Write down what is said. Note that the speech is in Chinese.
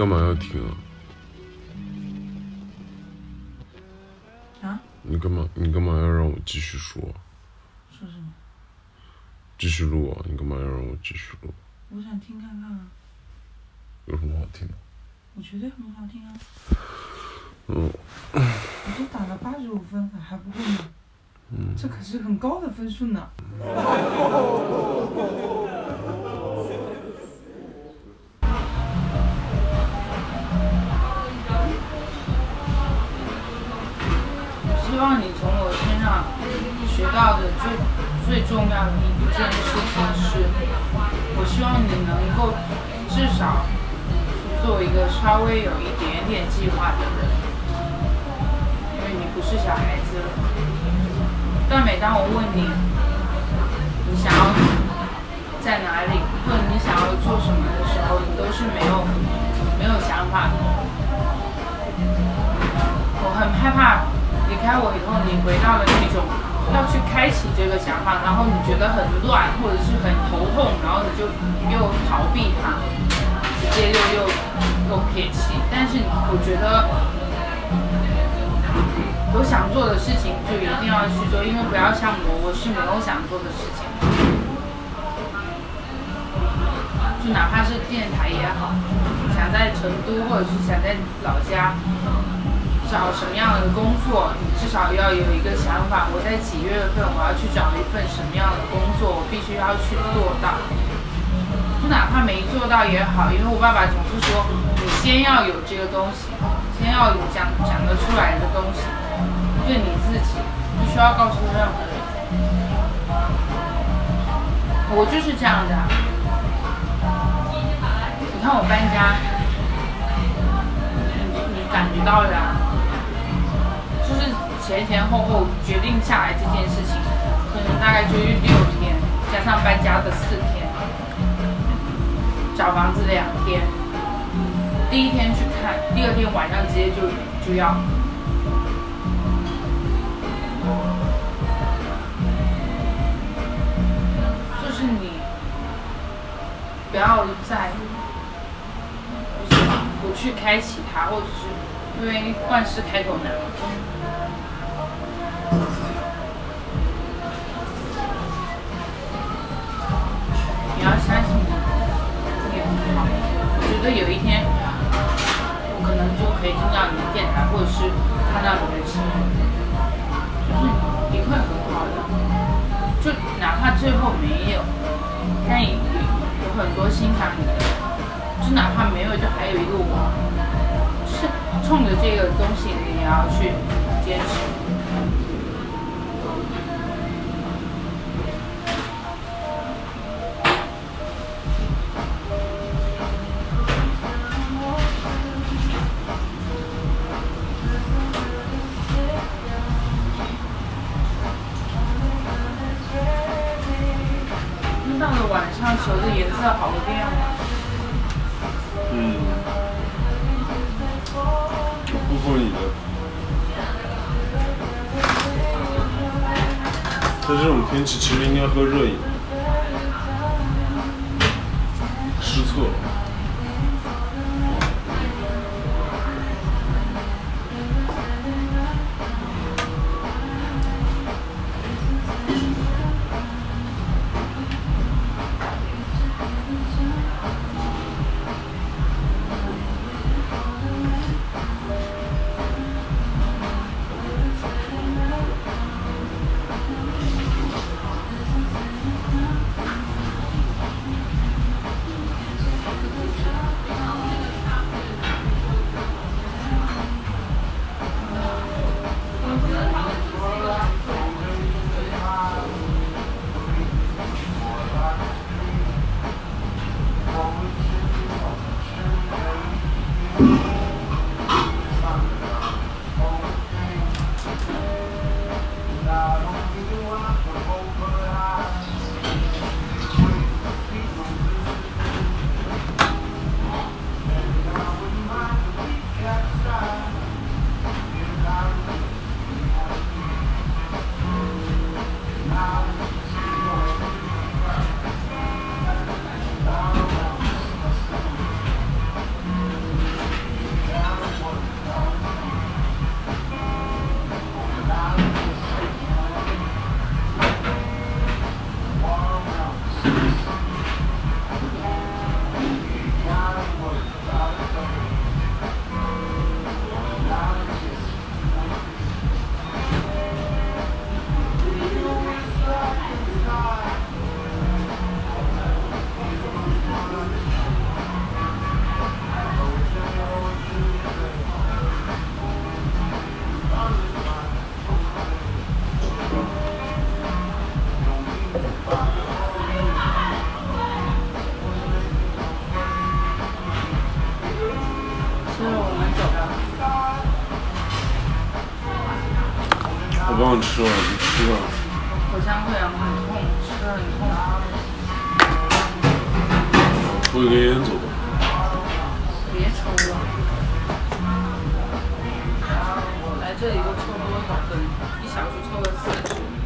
干嘛要停啊？啊？ 你干嘛要让我继续说？ 说什么？ 继续录啊！你干嘛要让我继续录？ 我想听看看啊。 有什么好听的？ 我觉得很好听啊。 我都打了85分了，还不会吗？这可是很高的分数呢。希望你从我身上学到的最重要的一件事情是，我希望你能够至少做一个稍微有一点点计划的人，因为你不是小孩子了。但每当我问你，你想要在哪里，或者你想要做什么的时候，你都是没有想法的。我很害怕离开我以后，你回到了那种要去开启这个想法，然后你觉得很乱，或者是很头痛，然后你就又逃避它，直接又撇弃。但是我觉得有想做的事情就一定要去做，因为不要像我是没有想做的事情，就哪怕是电台也好，想在成都或者是想在老家找什么样的工作，你至少要有一个想法，我在几月份我要去找一份什么样的工作，我必须要去做到，就哪怕没做到也好，因为我爸爸总是说你先要有这个东西，先要有讲得出来的东西，对你自己不需要告诉任何人。我就是这样的你看我搬家，你感觉到了就是前后决定下来这件事情，可能大概就6天，加上搬家的4天，找房子2天，第1天去看，第2天晚上直接就要。就是你不要再不去开启它，或者是因为万事开头难。你要相信你也很好，我觉得有一天我可能就可以听到你的电台，或者是看到你的新闻，就是你会很好的，就哪怕最后没有，但也有很多欣赏你的人，就哪怕没有，就还有一个我，就是冲着这个东西你也要去坚持。到了晚上，球的颜色好亮啊。 不过你的，在这种天气其实应该喝热饮，失策。 忘吃了，你吃了。 口腔溃疡很痛，吃的很痛。 抽一根烟走吧。 别抽了。来这里都抽多少根？1小时抽了40。